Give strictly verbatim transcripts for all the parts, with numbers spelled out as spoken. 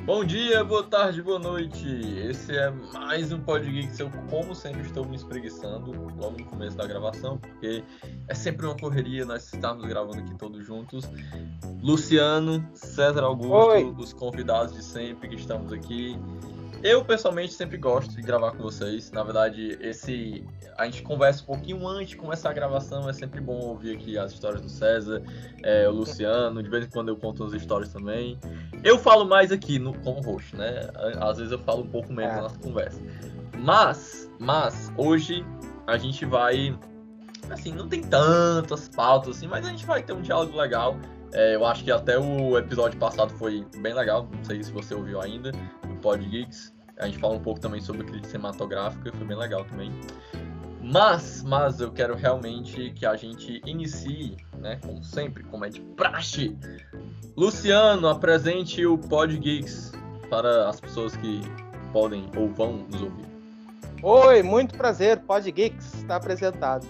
Bom dia, boa tarde, boa noite. Esse é mais um Podgeeks. Eu, como sempre, estou me espreguiçando logo no começo da gravação, porque é sempre uma correria nós estarmos gravando aqui todos juntos. Luciano, César Augusto, Oi. Os convidados de sempre que estamos aqui. Eu, pessoalmente, sempre gosto de gravar com vocês. Na verdade, esse a gente conversa um pouquinho antes de começar a gravação. É sempre bom ouvir aqui as histórias do César, é, o Luciano. De vez em quando eu conto as histórias também. Eu falo mais aqui no, como host, né? Às vezes eu falo um pouco menos É. na nossa conversa. Mas, mas, hoje a gente vai... Assim, não tem tantas pautas assim, mas a gente vai ter um diálogo legal. É, eu acho que até o episódio passado foi bem legal. Não sei se você ouviu ainda, do Podgeeks. A gente fala um pouco também sobre crítica cinematográfica, foi bem legal também. Mas, mas eu quero realmente que a gente inicie, né, como sempre, como é de praxe. Luciano, apresente o Podgeeks para as pessoas que podem ou vão nos ouvir. Oi, muito prazer, Podgeeks está apresentado.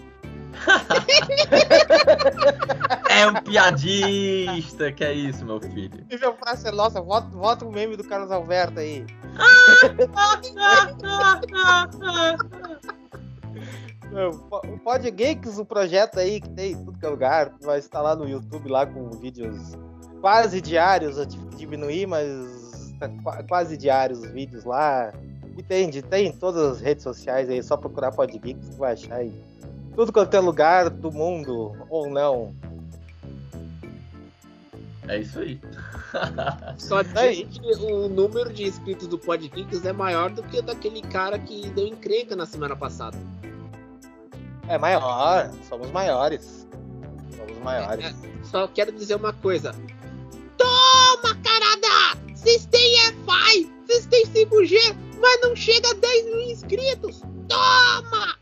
É um piadista, que é isso, meu filho. E meu frase é, nossa, volta, volta o meme do Carlos Alberto aí. O Podgeeks, o projeto aí que tem em tudo que é lugar, vai estar lá no YouTube lá com vídeos quase diários, eu tive que diminuir, mas tá qu- quase diários os vídeos lá. E tem, de- tem em todas as redes sociais aí, só procurar Podgeeks que vai achar aí. Tudo quanto é lugar do mundo, ou não. É isso aí. Só Aí. diz que o número de inscritos do Podgeeks é maior do que o daquele cara que deu encrenca na semana passada. É maior, somos maiores. Somos maiores. É, é, só quero dizer uma coisa. Toma, carada! Vocês têm Wi-Fi, vocês têm cinco G, mas não chega a dez mil inscritos. Toma!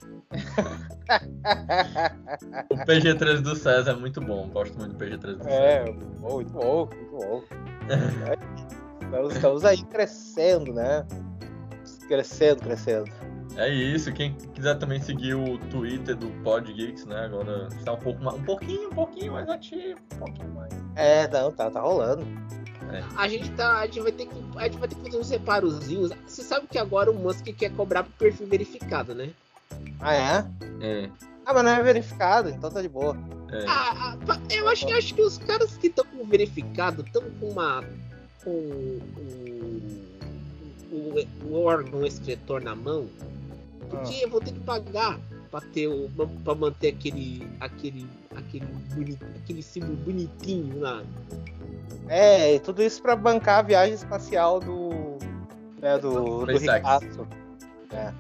O P G treze do César é muito bom. Gosto muito do P G treze do César. É, muito bom, muito bom. Estamos, estamos aí crescendo, né? Crescendo, crescendo. É isso. Quem quiser também seguir o Twitter do Podgeeks, né? Agora está um pouco mais, um pouquinho, um pouquinho mais ativo, um pouquinho mais. É, não, tá, tá rolando. A gente tá, a gente vai ter que, a gente vai ter que fazer uns reparozinhos. Você sabe que agora o Musk quer cobrar por perfil verificado, né? Ah, é? É, Ah, mas não é verificado, então tá de boa. é. Ah, ah, eu acho, eu acho que os caras que estão com verificado estão com uma. com o, o, o órgão escritor na mão. Porque eu vou ter que pagar pra, ter o, pra manter aquele. aquele. aquele, boni, aquele símbolo bonitinho lá. É, e tudo isso pra bancar a viagem espacial do. Né, do, do SpaceX. Ricardo. É.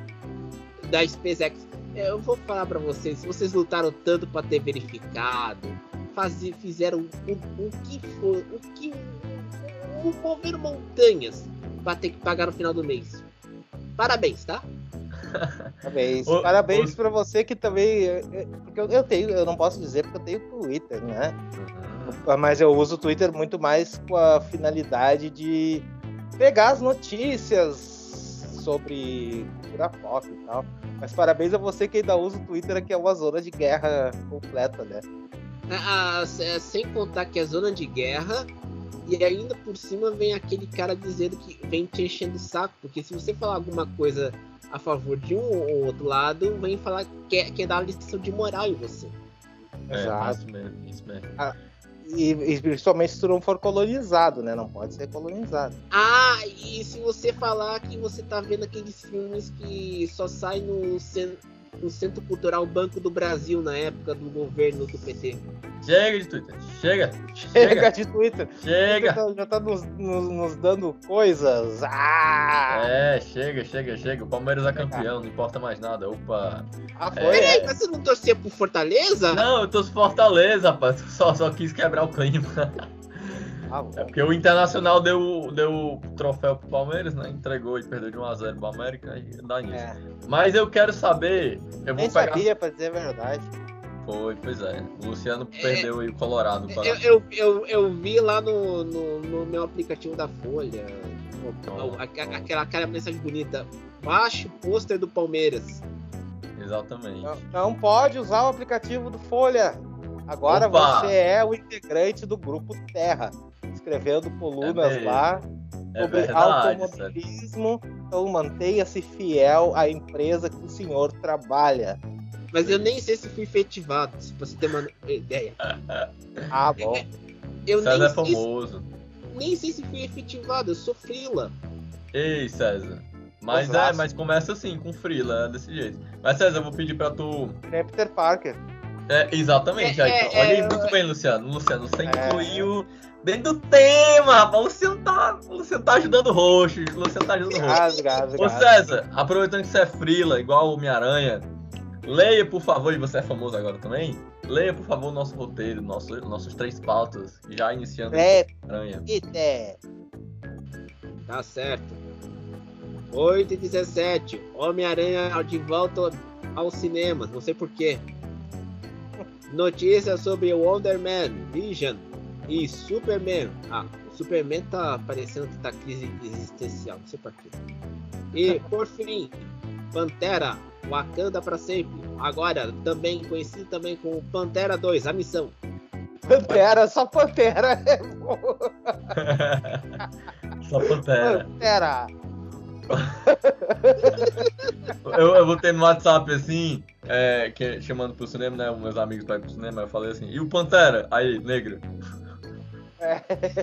Da SpaceX. Eu vou falar pra vocês, se vocês lutaram tanto pra ter verificado, fazer, fizeram o, o que for, o que o, o, moveram montanhas pra ter que pagar no final do mês. Parabéns, tá? Parabéns. O- Parabéns os- pra você que também. é, é, Porque eu, eu tenho, eu não posso dizer porque eu tenho Twitter, né? Mas eu uso o Twitter muito mais com a finalidade de pegar as notícias sobre cultura pop e tal. Mas parabéns a você que ainda usa o Twitter, que é uma zona de guerra completa, né? Ah, ah, sem contar que é zona de guerra. E ainda por cima vem aquele cara dizendo que vem te enchendo o saco. Porque se você falar alguma coisa a favor de um ou outro lado, vem falar que quer, quer dar lição de moral em você. É, Exato. isso mesmo, isso mesmo. E, e principalmente se tu não for colonizado, né? Não pode ser colonizado. Ah, e se você falar que você tá vendo aqueles filmes que só saem no, cen- no Centro Cultural Banco do Brasil na época do governo do P T. Chega de Twitter. Chega. Chega Chega. de Twitter. Chega. Já tá, já tá nos, nos- nos dando coisas. Ah! É, chega, chega, chega. O Palmeiras é campeão, não importa mais nada. Opa. Ah, foi? É. Peraí, mas você não torcia pro Fortaleza? Não, eu tô Fortaleza, rapaz. Só, só quis quebrar o clima. Ah, bom. É porque o Internacional deu, deu o troféu pro Palmeiras, né? Entregou e perdeu de um a zero pro América. Aí dá nisso. É. Mas eu quero saber. Eu vou Nem pegar. sabia, pra dizer a verdade. Foi, pois é. O Luciano perdeu aí o Colorado. para- Eu, eu, eu, eu vi lá no, no, no meu aplicativo da Folha o- a- a- aquela, aquela mensagem bonita. Baixe o pôster do Palmeiras. Exatamente. Não, não pode usar o aplicativo do Folha. Agora Opa! você é o integrante do grupo Terra, escrevendo colunas É mesmo. lá. É sobre verdade, automobilismo, então mantenha-se fiel à empresa que o senhor trabalha. Mas eu nem sei se fui efetivado, se você tem uma ideia. Ah, bom. Eu César nem é sei, famoso. se, nem sei se fui efetivado, eu sou frila. Ei, César. Mas Osasco. é, mas começa assim, com frila, é desse jeito. Mas César, eu vou pedir pra tu... É Peter Parker. É, exatamente, É, aí, é, olha aí é, muito é. bem, Luciano. Luciano, você É. incluiu dentro do tema, rapaz. O Luciano tá, o Luciano tá ajudando o roxo. O Luciano tá ajudando o roxo. Rasga, rasga, Ô rasga. César, aproveitando que você é frila, igual o Homem-Aranha, leia, por favor, e você é famoso agora também, leia, por favor, o nosso roteiro, nosso, nossos três pautas, já iniciando É. com o Homem-Aranha. Peter. Tá certo. oito e dezessete. Homem-Aranha de volta aos cinemas, não sei porquê. Notícias sobre Wonder Man, Vision e Superman. Ah, o Superman tá parecendo que tá crise existencial, não sei porquê. E, por fim, Pantera, Wakanda pra sempre. Agora, também conhecido também como Pantera dois, a missão. Pantera, só Pantera. Só Pantera. Pantera. Eu, eu botei no WhatsApp assim, é, que, chamando pro cinema, né? Meus amigos pra ir pro cinema, eu falei assim, e o Pantera? Aí, negro. É.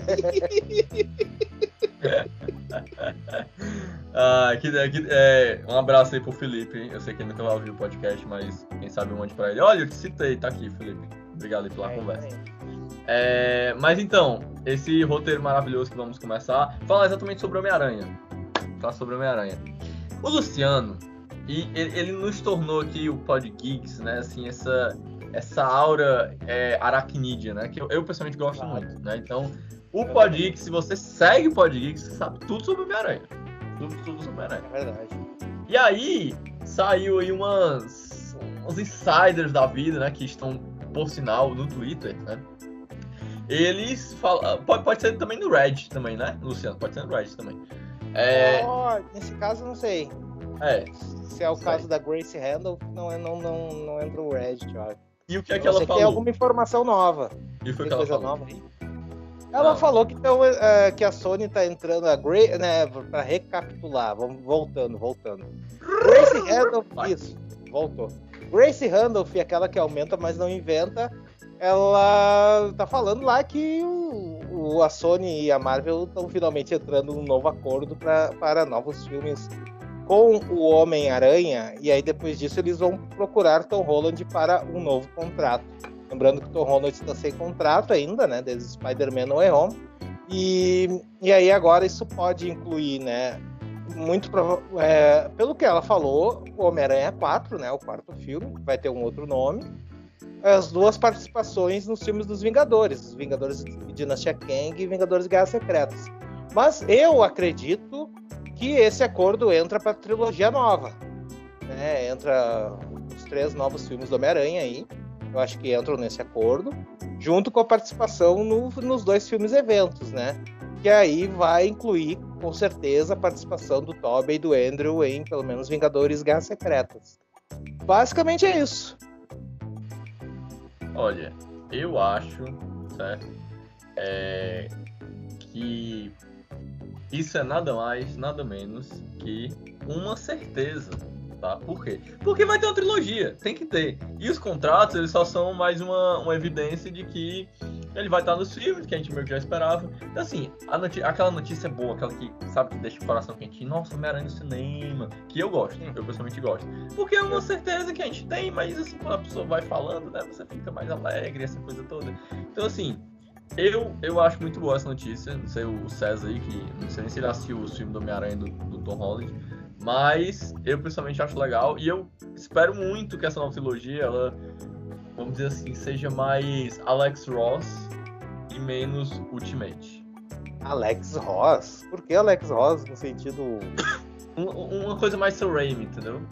Ah, que, que, é, um abraço aí pro Felipe. Eu sei que ele nunca vai ouvir o podcast, mas quem sabe eu mande pra ele. Olha, eu te citei, tá aqui, Felipe. Obrigado aí pela É, conversa. é. É, mas então, esse roteiro maravilhoso que vamos começar, falar exatamente sobre o Homem-Aranha. Falar sobre o Homem-Aranha. O Luciano, e ele, ele nos tornou aqui o Pod Geeks, né? Assim, essa, essa aura é, aracnídea, né? Que eu, eu pessoalmente gosto Claro. muito, né? Então, o Pod Geeks, se você segue o Pod Geeks, você sabe tudo sobre o Homem-Aranha. Tudo, tudo sobre o Homem-Aranha. É verdade. E aí, saiu aí umas, uns insiders da vida, né? Que estão, por sinal, no Twitter, né? Eles falam... Pode, pode ser também no Reddit também, né, Luciano? Pode ser no Reddit também. É... Oh, nesse caso, não sei. É. Se é o Sei. caso da Grace Handel, não, é- não, não, não entra o Reddit, eu acho. E o que é que Eu ela sei falou? tem alguma informação nova. E o que foi Tem que ela coisa falou? nova aí. Ela Não. falou que, então, é, que a Sony tá entrando, a Gra né, pra recapitular, vamos voltando, voltando. Grace Randolph, Vai. isso, voltou. Grace Randolph, aquela que aumenta, mas não inventa, ela tá falando lá que o, o- a Sony e a Marvel estão finalmente entrando num novo acordo pra, para novos filmes com o Homem-Aranha, e aí depois disso eles vão procurar Tom Holland para um novo contrato. Lembrando que o Tom Holland está sem contrato ainda, né? Desde Spider-Man No Way Home. E, e aí agora isso pode incluir, né? Muito prova- é, pelo que ela falou, o Homem-Aranha quatro, né? O quarto filme, vai ter um outro nome. As duas participações nos filmes dos Vingadores, os Vingadores de Dinastia Kang e Vingadores de Guerras Secretas. Mas eu acredito que esse acordo entra para a trilogia nova, né? Entra os três novos filmes do Homem-Aranha aí. Eu acho que entram nesse acordo, junto com a participação no- nos dois filmes eventos, né? Que aí vai incluir, com certeza, a participação do Tobey e do Andrew em, pelo menos, Vingadores Guerras Secretas. Basicamente é isso. Olha, eu acho, certo? É, que isso é nada mais, nada menos que uma certeza, tá? Por quê? Porque vai ter uma trilogia, tem que ter. E os contratos, eles só são mais uma, uma evidência de que ele vai estar nos filmes, que a gente meio que já esperava. Então, assim, a noti- aquela notícia boa, aquela que, sabe, que deixa o coração quentinho. Nossa, Homem-Aranha no cinema. Que eu gosto, eu pessoalmente gosto. Porque é uma certeza que a gente tem, mas assim, quando a pessoa vai falando, né, você fica mais alegre, essa coisa toda. Então, assim, eu, eu acho muito boa essa notícia. Não sei o César aí, que não sei nem se ele assistiu o filme do Homem-Aranha do, do Tom Holland. Mas eu pessoalmente acho legal. E eu espero muito que essa nova trilogia, ela, vamos dizer assim, seja mais Alex Ross e menos Ultimate. Alex Ross? Por que Alex Ross no sentido... Um- uma coisa mais Sam Raimi, entendeu?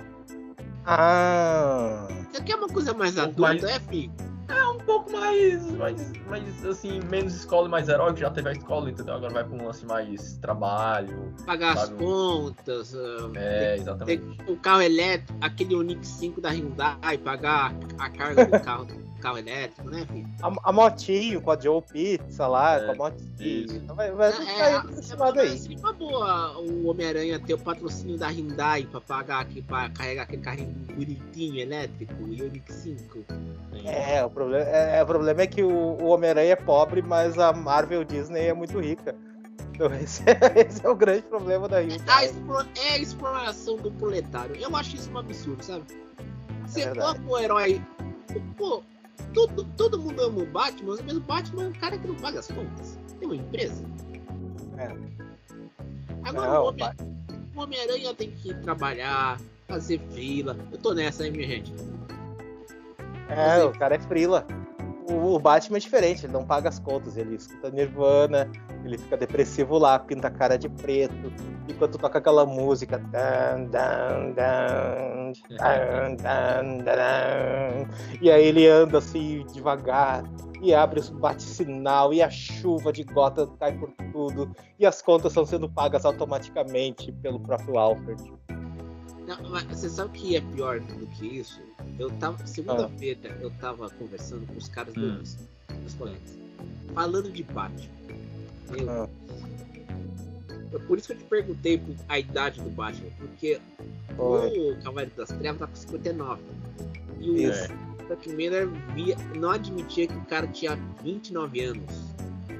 Ah... Você quer uma coisa mais Um adulta, mais- é, filho? É um pouco mais, mais, mais assim, menos escola e mais herói, que já teve a escola, entendeu? Agora vai pra um lance mais trabalho. Pagar as Sabe? contas, ah, É, ter exatamente. um carro elétrico, aquele Onix cinco da Hyundai, pagar a carga do carro. carro elétrico, né, filho? A, a motinho com a Joe Pizza lá, É, com a motinho. isso. Então vai, vai tudo É, cair é, desse é, lado aí. seria uma boa o Homem-Aranha ter o patrocínio da Hyundai pra pagar aqui, pra carregar aquele carrinho bonitinho, elétrico, Ioniq cinco. Sim. É, o problema é, o problema é que o, o Homem-Aranha é pobre, mas a Marvel Disney é muito rica. Então esse é, esse é o grande problema da A Hyundai. explo- é a exploração do proletário. Eu acho isso um absurdo, sabe? Você verdade. coloca o herói. Pô, todo, todo mundo ama o Batman, mas o Batman é um cara que não paga as contas. Tem uma empresa. É. Agora Não, o Homem- o Homem-Aranha tem que ir trabalhar, fazer fila. Eu tô nessa aí, minha gente. É, o cara é frila. O, o Batman é diferente, ele não paga as contas, ele escuta Nirvana, ele fica depressivo lá, pinta a cara de preto, enquanto toca aquela música. Dan, dan, dan, dan, dan, dan, e aí ele anda assim devagar, e abre o bate-sinal, e a chuva de Gotham cai por tudo, e as contas estão sendo pagas automaticamente pelo próprio Alfred. Não, mas você sabe o que é pior do que isso? Eu tava, segunda-feira, eu tava conversando com os caras do Hum. Luiz, meus colegas, falando de Batman. Meu Ah. É por isso que eu te perguntei a idade do Batman, porque Foi. o Cavaleiro das Trevas tá com cinquenta e nove. E o Isso. Frank Miller via, não admitia que o cara tinha vinte e nove anos.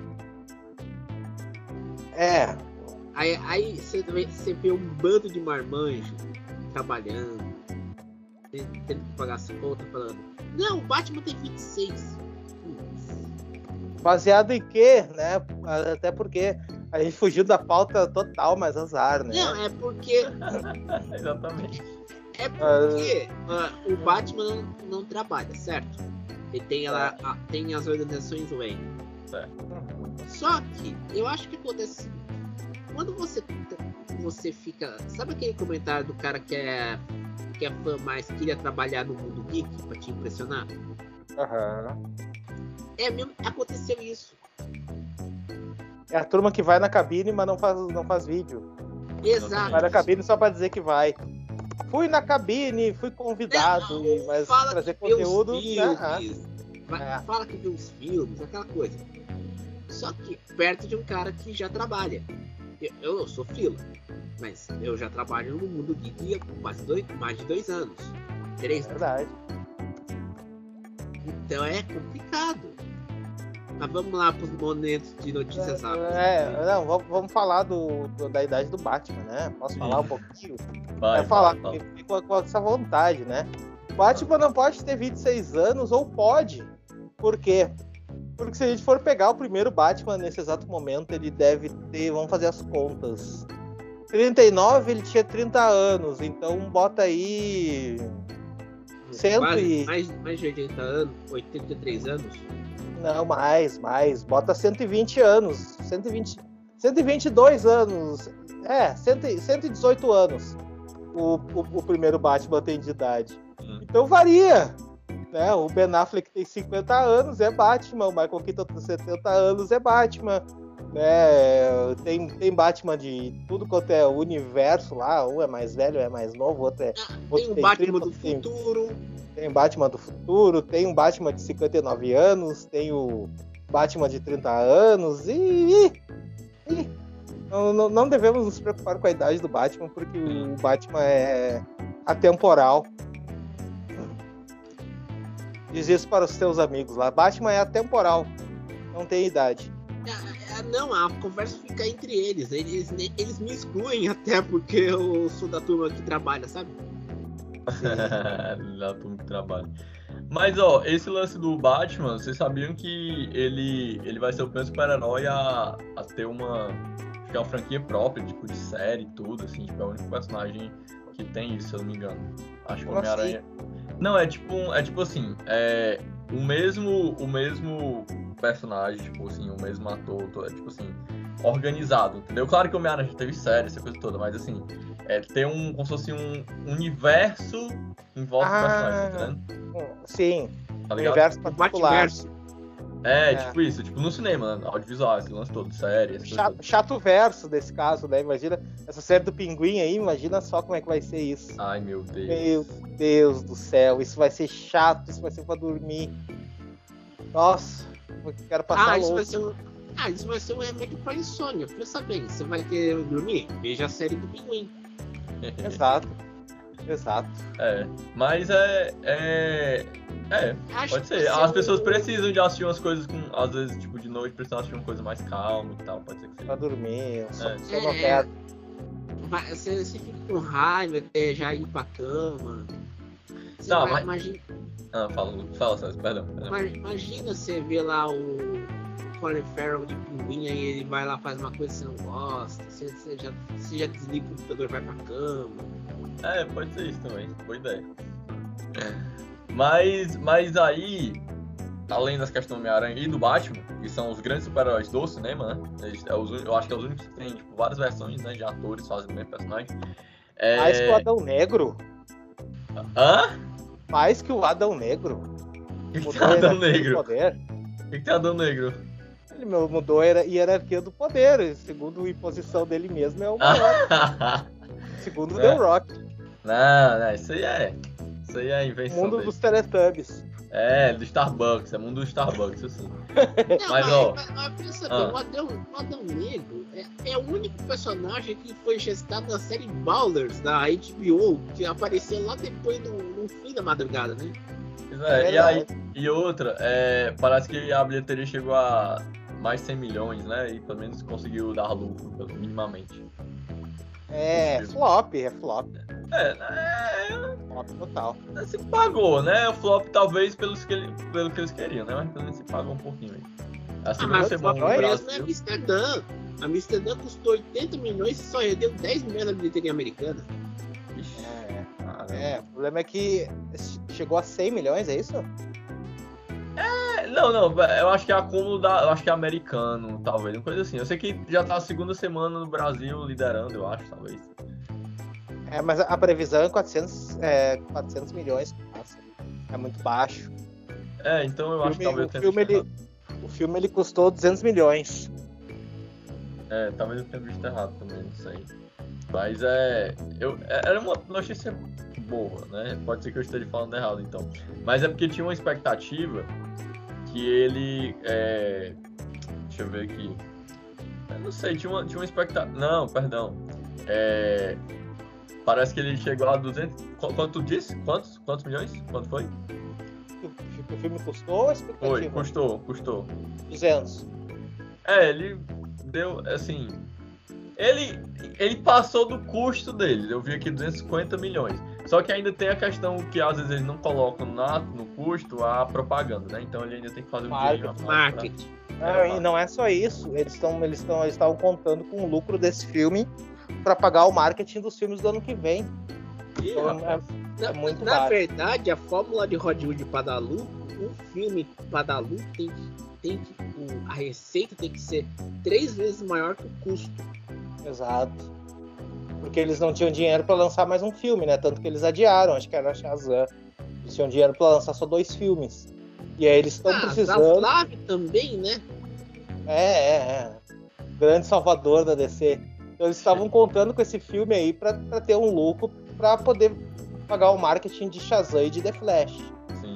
É, Aí, aí você, você vê um bando de marmanjos trabalhando, tendo tendo que pagar as contas, falando: não, o Batman tem vinte e seis. Putz. baseado em quê, né? Até porque a gente fugiu da pauta total, mas azar, né? Não, é porque. Exatamente. É porque ah, o Batman não, não trabalha, certo? Ele tem, ela, a- tem as organizações Wayne. Só que eu acho que acontece. Quando você, você fica. Sabe aquele comentário do cara que é, que é fã, mas queria trabalhar no mundo geek pra te impressionar? Aham. É mesmo, aconteceu isso. É a turma que vai na cabine, mas não faz, não faz vídeo. Exato. Vai na cabine só pra dizer que vai. Fui na cabine, fui convidado, Não, mas fala trazer que vê os conteúdo. ah, filmes, vai- É. Fala que vê os filmes, aquela coisa. Só que perto de um cara que já trabalha. Eu, eu sou fila, mas eu já trabalho no mundo geek há quase dois, mais de dois anos. é Três. verdade. Então é complicado. Mas vamos lá para os momentos de notícias rápidas. É, não, vamos, vamos falar do, do- da idade do Batman, né? Posso falar um pouquinho? Vai, É falar fala, fala. com, com- com essa vontade, né? O Batman não pode ter vinte e seis anos, ou pode. Por quê? Porque se a gente for pegar o primeiro Batman nesse exato momento, ele deve ter, vamos fazer as contas. trinta e nove, ele tinha trinta anos, então bota aí cento Quase, e... mais, mais de oitenta anos, oitenta e três anos. Não, mais, mais. Bota cento e vinte anos. cento e vinte, cento e vinte e dois anos. É, cem, cento e dezoito anos. O, o, o primeiro Batman tem de idade. Hum. Então varia. Né? O Ben Affleck tem cinquenta anos, é Batman. O Michael Keaton tem setenta anos, é Batman. Né? Tem, tem Batman de tudo quanto é o universo lá. Um é mais velho, é mais novo, outro é. Ah, Outro tem o tem Batman trinta, do tem- futuro. Tem o Batman do futuro, tem um Batman de cinquenta e nove anos, tem o Batman de trinta anos e. e- e- Não, não, não devemos nos preocupar com a idade do Batman, porque o Batman é atemporal. Diz isso para os seus amigos lá. Batman é atemporal, não tem idade. Ah, ah, não, a conversa fica entre eles. eles. Eles me excluem até porque eu sou da turma que trabalha, sabe? Lá todo mundo trabalha. Mas, ó, esse lance do Batman, vocês sabiam que ele, ele vai ser o primeiro super-herói a, a ter uma, acho que é uma franquia própria, tipo, de série e tudo, assim, tipo, é o único personagem que tem isso, se eu não me engano. Acho que o Como Homem-Aranha... Não, é tipo, um- é tipo assim, é o mesmo, o mesmo personagem, tipo assim, o mesmo ator, to- é tipo assim, organizado, entendeu? Claro que o Homem-Aranha já teve série, essa coisa toda, mas assim, é ter um, como se fosse um universo em volta do Ah. personagem, tá entendendo? Sim, Tá ligado? universo O particular. Batverso. É, É. tipo isso, tipo no cinema, né? Audiovisual, esse lance todo, série, essa coisa Chato, toda. chato verso desse caso, né? Imagina essa série do Pinguim aí, imagina só como é que vai ser isso. Ai, meu Deus. Meu Deus do céu, isso vai ser chato, isso vai ser pra dormir. Nossa, eu quero passar Ah, isso louco. vai ser um. Ah, isso vai ser um remédio pra insônia. Pensa bem, você vai querer dormir? Veja a série do Pinguim. Exato. Exato. É, mas é. É. É, Acho pode que ser. vai ser As pessoas um- precisam de assistir umas coisas com. Às vezes, tipo, de noite precisam assistir uma coisa mais calma e tal. Pode ser que Pra seja. dormir. Eu só, É. só não É. quero. Vai- Você, você fica com raiva, quer já ir pra cama. Você Não, vai- mas- imagina, Ah, fala, fala, César, perdão. perdão. ima- imagina você ver lá o Colin Farrell de pinguim, aí ele vai lá, faz uma coisa que você não gosta, você, você já, você já desliga o computador e vai pra cama. É, pode ser isso também. Boa ideia. Mas, mas aí, além das questões do Homem-Aranha e do Batman, que são os grandes super-heróis do cinema, né? Eles- é os un- eu acho que é os únicos que tem tipo, várias versões, né, de atores fazendo o mesmo personagem. É... Mais que o Adão Negro. Hã? Mais que o Adão Negro. O que, que Mudou tem a Adão hierarquia do Negro? O poder. que, que tem Adão Negro? Ele mudou a hierarquia do poder. Segundo a imposição dele mesmo, é o maior. Segundo o É. The Rock. Não, não, isso aí é. Isso aí é invenção Mundo dele. dos Teletubbies. É, do Starbucks, é mundo do Starbucks, assim. Não, Mas, ó, mas, mas pensa ah. bem, o Adão, o Adão Negro é, é o único personagem que foi gestado na série Ballers da H B O, que apareceu lá depois do no fim da madrugada, né? Pois é, É e, aí, verdade. e outra, é, parece que a bilheteria chegou a mais cem milhões, né? E pelo menos conseguiu dar lucro, pelo- minimamente. É flop, é flop. É, é, Flop total. é, se pagou, né? O flop talvez pelos que, ele- pelo que eles queriam, né? Mas pelo menos se pagou um pouquinho aí. A Ah, segunda mas semana o no mesmo é Brasil. Amsterdã. Amsterdã custou oitenta milhões e só rendeu dez milhões na bilheteria americana. Ixi, É, caramba. é, o problema é que chegou a cem milhões, é isso? É, Não, não, eu acho que é acúmulo da. Eu acho que é americano, talvez, uma coisa assim. Eu sei que já tá a segunda semana no Brasil liderando, eu acho, talvez. É, mas a previsão é quatrocentos, é, quatrocentos milhões. Nossa, é muito baixo. É, então eu O acho que filme, talvez o eu tenha filme, visto ele, errado. o filme ele custou duzentos milhões. É, talvez eu tenha visto errado também, não sei. Mas é. Eu, é- era uma notícia boa, né? Pode ser que eu esteja falando errado, então. Mas é porque tinha uma expectativa que ele. É... Deixa eu ver aqui. Eu não sei, tinha uma, tinha uma expectativa. Não, perdão. É... Parece que ele chegou a duzentos. Qu- Quanto tu disse? Quantos? Quantos milhões? Quanto foi? O, o filme custou ou a expectativa? Foi, custou, custou. duzentos. É, ele deu, assim, ele, ele passou do custo dele, eu vi aqui duzentos e cinquenta milhões, só que ainda tem a questão que às vezes eles não colocam na, no custo a propaganda, né, então ele ainda tem que fazer um dinheiro a mais pra- Marketing. Não, e não é só isso. Eles estão, eles estão, eles estavam contando com o lucro desse filme para pagar o marketing dos filmes do ano que vem. Ih, Então, rapaz. é, Na, é muito na baixo. verdade, a fórmula de Hollywood para dar lucro, um filme para dar lucro tem que, tem que o- a receita tem que ser três vezes maior que o custo. Exato. Porque eles não tinham dinheiro para lançar mais um filme, né? Tanto que eles adiaram, acho que era Shazam. Eles tinham dinheiro para lançar só dois filmes. E aí eles estão Ah, precisando. Zaslav também, né? É, é, é. Grande salvador da D C. Então eles estavam contando com esse filme aí pra, pra ter um lucro pra poder pagar o marketing de Shazam e de The Flash. Sim.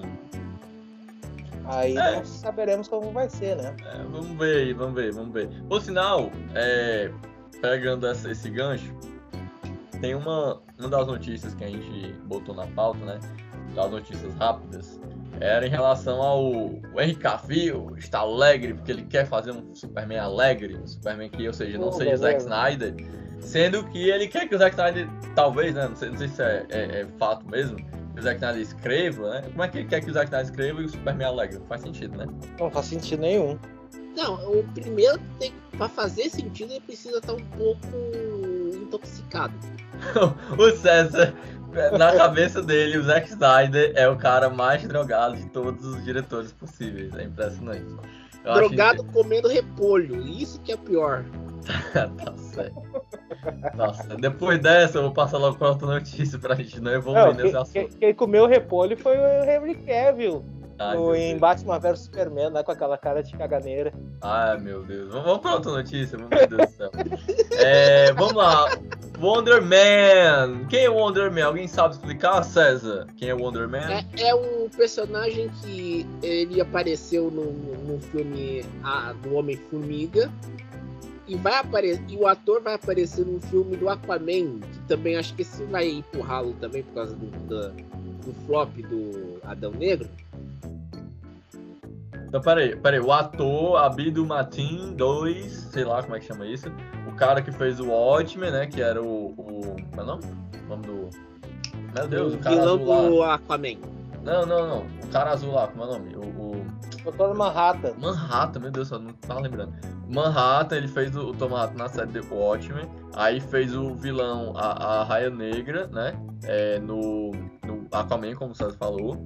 Aí É. nós saberemos como vai ser, né? É, vamos ver aí, vamos ver, vamos ver. Por sinal, é, pegando essa- esse gancho, tem uma, uma das notícias que a gente botou na pauta, né? Das notícias rápidas, era em relação ao o Henry Cavill está alegre porque ele quer fazer um Superman alegre, um Superman que, ou seja, não Oh, seja Zack beleza. Snyder, sendo que ele quer que o Zack Snyder, talvez, né? Não sei, não sei se é, é- é fato mesmo, que o Zack Snyder escreva, né? Como é que ele quer que o Zack Snyder escreva e o Superman alegre? Não faz sentido, né? Não faz sentido nenhum. Não, o primeiro tem para fazer sentido ele precisa estar um pouco intoxicado. O César, na cabeça dele, o Zack Snyder é o cara mais drogado de todos os diretores possíveis. É impressionante. Eu acho Drogado comendo repolho, isso que é pior. Tá certo. Nossa, depois dessa eu vou passar logo para outra notícia pra gente não evoluir Não, nesse quem, assunto. quem- quem comeu repolho foi o Henry Cavill. Ai, no, meu em Deus. Batman versus Superman, lá com aquela cara de caganeira. Ai, meu Deus. Vamos, vamos para outra notícia, meu Deus do céu. É, vamos lá. Wonder Man! Quem é o Wonder Man? Alguém sabe explicar, César? Quem é o Wonder Man? É, é um personagem que ele apareceu no, no filme a, do Homem-Formiga e vai aparecer, e o ator vai aparecer no filme do Aquaman, que também acho que esse vai empurrá-lo também por causa do, do, do flop do Adão Negro. Então, peraí, peraí, o ator Abdul Mateen dois, sei lá como é que chama isso, o cara que fez o Watchmen, né, que era o... o como é o nome? O nome do... Meu Deus, o, o cara vilão azul lá. do Aquaman. Não, não, não, o cara azul lá, como é o nome? O... o... Doutor Manhattan. Manhattan, meu Deus, eu não tava lembrando. Manhattan, ele fez o, o Tom Manhattan na série The Watchmen, aí fez o vilão, a, a Raia Negra, né, é, no, no Aquaman, como o César falou,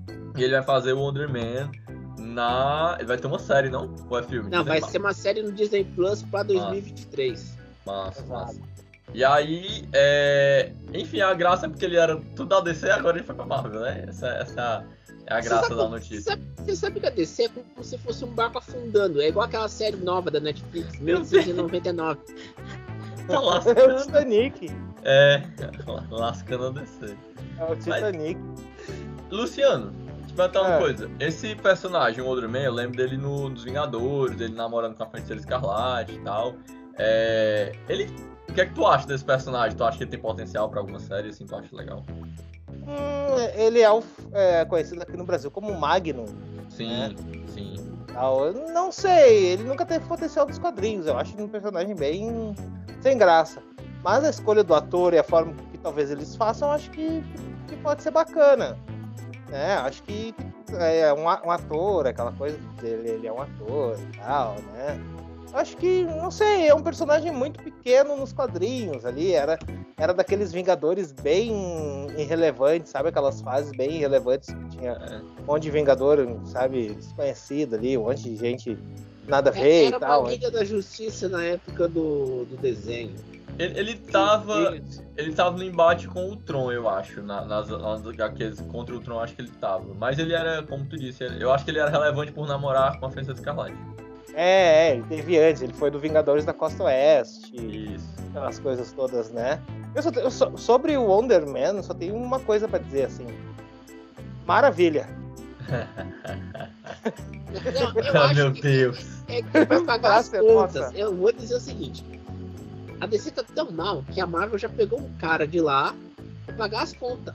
e ele vai fazer o Wonder Man na... Ele vai ter uma série, não? Ou é filme? Não, vai Disney+. ser uma série no Disney Plus pra dois mil e vinte e três. Massa, massa. E aí, é... enfim, a graça é porque ele era tudo da D C, agora ele foi pra Marvel, né? Essa, essa é a graça da notícia. Você sabe, você sabe que a D C é como se fosse um barco afundando. É igual aquela série nova da Netflix, mil novecentos e noventa e nove. Tá É o lascando. Titanic. É, lascando a D C. É o Titanic. Luciano, te perguntar uma É. coisa. Esse personagem, o Wonder Man, eu lembro dele no, nos Vingadores, dele namorando com a Feiticeira Escarlate e tal. É... Ele... O que é que tu acha desse personagem? Tu acha que ele tem potencial pra alguma série, assim, tu acha legal? Hum, ele é, o, é conhecido aqui no Brasil como Magnum. Sim, sim. Tal. Eu não sei, ele nunca teve potencial dos quadrinhos. Eu acho ele um personagem bem sem graça. Mas a escolha do ator e a forma que talvez eles façam, acho que, que pode ser bacana. É, acho que é um, um ator, aquela coisa dele, ele é um ator e tal, né? Acho que, não sei, é um personagem muito pequeno nos quadrinhos ali, era, era daqueles Vingadores bem irrelevantes, sabe? Aquelas fases bem irrelevantes que tinha um monte de Vingador, sabe, desconhecido ali, um monte de gente nada a ver Era e tal. uma Liga da Justiça na época do, do desenho. Ele, ele tava. Ele tava no embate com o Tron, eu acho. Na, nas, nas H Qs contra o Tron, acho que ele tava. Mas ele era, como tu disse, eu acho que ele era relevante por namorar com a Feiticeira Escarlate. É, é, ele teve antes, ele foi do Vingadores da Costa Oeste. Isso. Aquelas coisas todas, né? Eu só, eu só, sobre o Wonder Man, eu só tenho uma coisa pra dizer assim. Maravilha. Não, eu Ah, acho meu que Deus. É que vai pagar as Nossa, contas. nossa. Eu vou dizer o seguinte: a D C tá tão mal que a Marvel já pegou um cara de lá pra pagar as contas.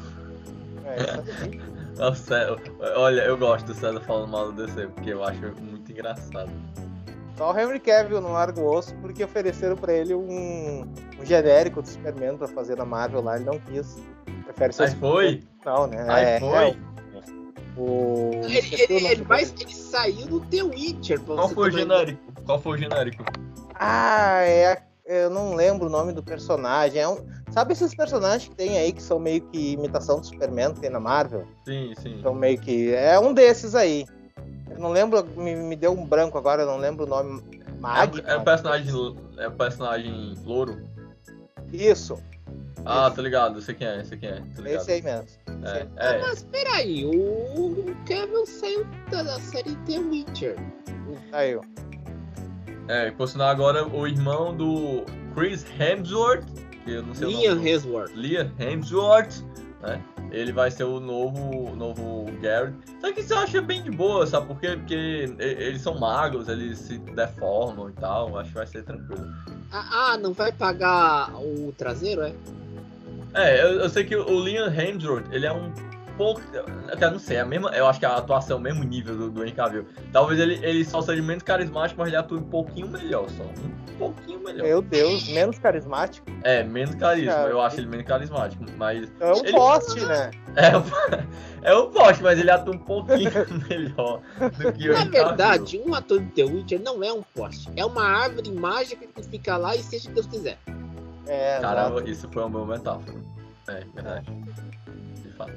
É, isso aí. Nossa, olha, eu gosto do César falando mal do D C, porque eu acho muito engraçado. Só o Henry Cavill não larga o osso porque ofereceram pra ele um, um genérico do Superman pra fazer na Marvel lá, ele não quis. Prefere ser Aí foi? Não, né? Aí é, foi? é, o... Ele, esqueci o ele, nome ele, vai- dele. ele saiu do The Witcher. Pra Qual você foi o ter uma ideia. genérico? Qual foi o genérico? Ah, é. Eu não lembro o nome do personagem. É um... Sabe esses personagens que tem aí que são meio que imitação do Superman que tem na Marvel? Sim, sim. Então meio que. É um desses aí. Eu não lembro, me, me deu um branco agora, eu não lembro o nome. Mag? É, é o personagem. É o personagem louro? Isso, Ah, tô ligado, eu sei quem é, eu sei quem é. Tô ligado. esse aí mesmo. Esse aí. É, é. Mas peraí, o, o Cavill saiu da, da série The Witcher. Saiu. É, por sinal agora o irmão do Chris Hemsworth, que eu não sei Liam o nome. Hemsworth. Liam Hemsworth, né? Ele vai ser o novo, novo Garrett. Só que isso eu acho bem de boa, sabe por quê? Porque e- eles são magos, eles se deformam e tal, acho que vai ser tranquilo. Ah, ah, não vai pagar o traseiro, é? É, eu, eu sei que o Liam Hemsworth, ele é um pouco... Eu não sei, é a mesma, eu acho que a atuação é o mesmo nível do, do Henry Cavill. Talvez ele, ele só seja menos carismático, mas ele atua um pouquinho melhor só. Um pouquinho melhor. Meu Deus, menos carismático. É, menos carisma, Cara, eu acho ele menos carismático, mas... É um ele- poste, né? É, é o poste, mas ele atua um pouquinho melhor do que o Na Henry Cavill. verdade, um ator de The Witcher não é um poste. É uma árvore mágica que fica lá e seja o que Deus quiser. É, Caramba, exato. isso foi uma boa metáfora. É, verdade. De fato.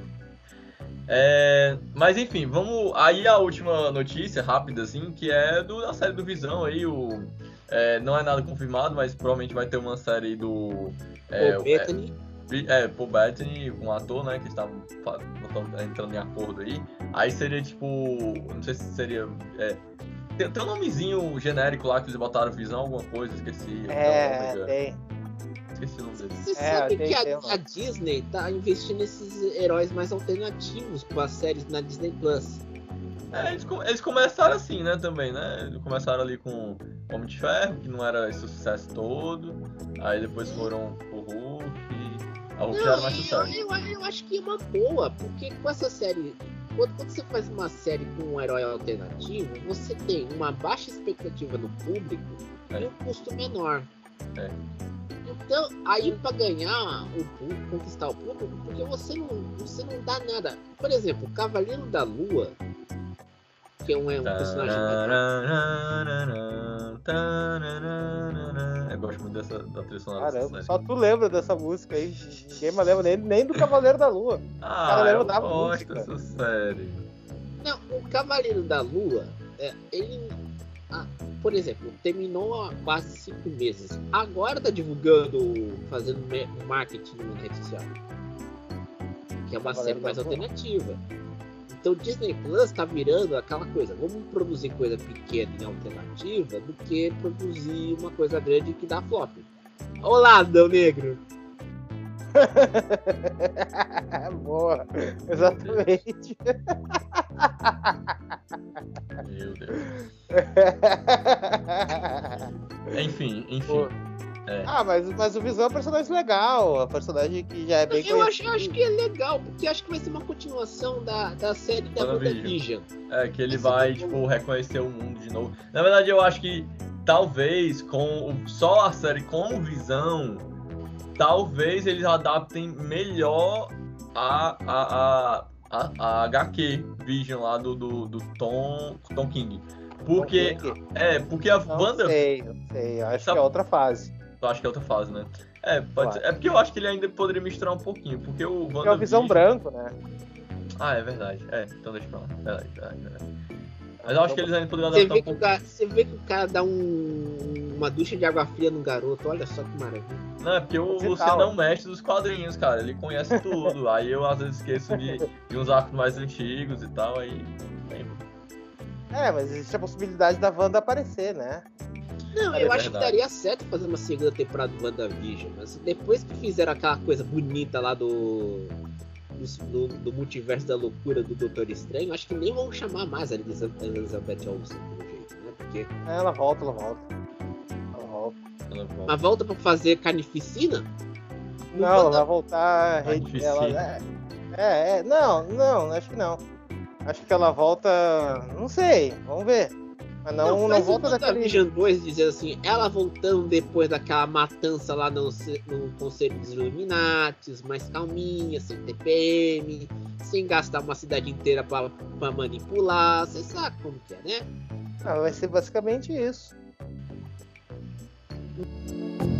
É, mas enfim, vamos. Aí a última notícia rápida, assim, que é do, da série do Visão aí. O, é, não é nada confirmado, mas provavelmente vai ter uma série do. É, o Bethany, é, Paul Bettany, um ator, né? Que estavam fa- botando- entrando em acordo aí. Aí seria tipo. Não sei se seria. É, tem, tem um nomezinho genérico lá que eles botaram Visão, alguma coisa, esqueci. É, Ômega. tem. esqueci o nome dele. Você É, sabe tem- que tem a, uma. a Disney tá investindo nesses heróis mais alternativos com as séries na Disney Plus. É, eles, com- eles começaram assim, né, também, né? Eles começaram ali com Homem de Ferro, que não era esse sucesso todo. Aí depois foram pro Hulk. A Hulk já era mais eu, sucesso. eu, eu acho que é uma boa, porque com essa série, quando, quando você faz uma série com um herói alternativo, você tem uma baixa expectativa no público É. e um custo menor. É. Então, aí pra ganhar o público, conquistar o público, porque você não, você não dá nada. Por exemplo, o Cavaleiro da Lua, que é um, é um personagem Eu gosto muito dessa, da trilha sonora dessa Caramba, série. só tu lembra dessa música aí. Ninguém mais lembra nem, nem do Cavaleiro da Lua. Ah, cara lembra eu da gosto música. dessa série. Não, o Cavaleiro da Lua, é, ele, ah, por exemplo, terminou há quase cinco meses. Agora tá divulgando, fazendo me- marketing na rede social. Que é uma Cavaleiro série mais da Lua. alternativa. Então Disney Plus tá virando aquela coisa, vamos produzir coisa pequena e alternativa do que produzir uma coisa grande que dá flop. Olá, Adão Negro! Boa, exatamente. Meu Deus. Enfim, enfim. Pô. É. Ah, mas, mas o Visão é um personagem legal, é um personagem que já é bem Eu acho, eu conhecido. acho que é legal, porque acho que vai ser uma continuação da, da série da WandaVision. WandaVision. É, que ele Esse vai, é bom. tipo, reconhecer o mundo de novo. Na verdade, eu acho que talvez com o- só a série com o Visão, talvez eles adaptem melhor a, a, a, a, a H Q Vision lá do, do, do Tom, Tom King. Porque, é, porque a Não Wanda... sei, não sei, acho Sabe- que é outra fase. Eu acho que é outra fase, né? É, pode Eu ser. É porque eu acho que ele ainda poderia misturar um pouquinho, porque o Porque é o Visão WandaVision- branco, né? Ah, é verdade. É, então deixa pra lá. Verdade, verdade, verdade. Mas eu acho que eles ainda poderiam Você adaptar vê, um que o pouquinho. cara, você vê que o cara dá um, uma ducha de água fria no garoto, olha só que maravilha. Não, é porque o Você Luciano tá, é um mestre dos quadrinhos, cara. Ele conhece tudo. Aí eu às vezes esqueço de, de uns arcos mais antigos e tal, aí. lembro. É, mas existe a possibilidade da Wanda aparecer, né? Não, É eu acho que verdade. daria certo fazer uma segunda temporada do WandaVision, mas depois que fizeram aquela coisa bonita lá do. Do, do multiverso da loucura do Doutor Estranho, acho que nem vão chamar mais a Elizabeth Elizabeth Olsen, pelo jeito, né? Porque É, ela volta, ela volta. Ela volta. Ela volta. uma volta pra fazer carnificina? Não, ela Wanda- vai voltar. Tá re- difícil. Ela, é, é, é, não, não, acho que não. Acho que ela volta. Não sei, vamos ver. Mas não, não, faz volta o daquele. WandaVision dois dizendo assim, ela voltando depois daquela matança lá no, ce- no Conselho dos Illuminatis, mais calminha, sem T P M, sem gastar uma cidade inteira pra, pra manipular, você sabe como que é, né? Ah, vai ser basicamente isso.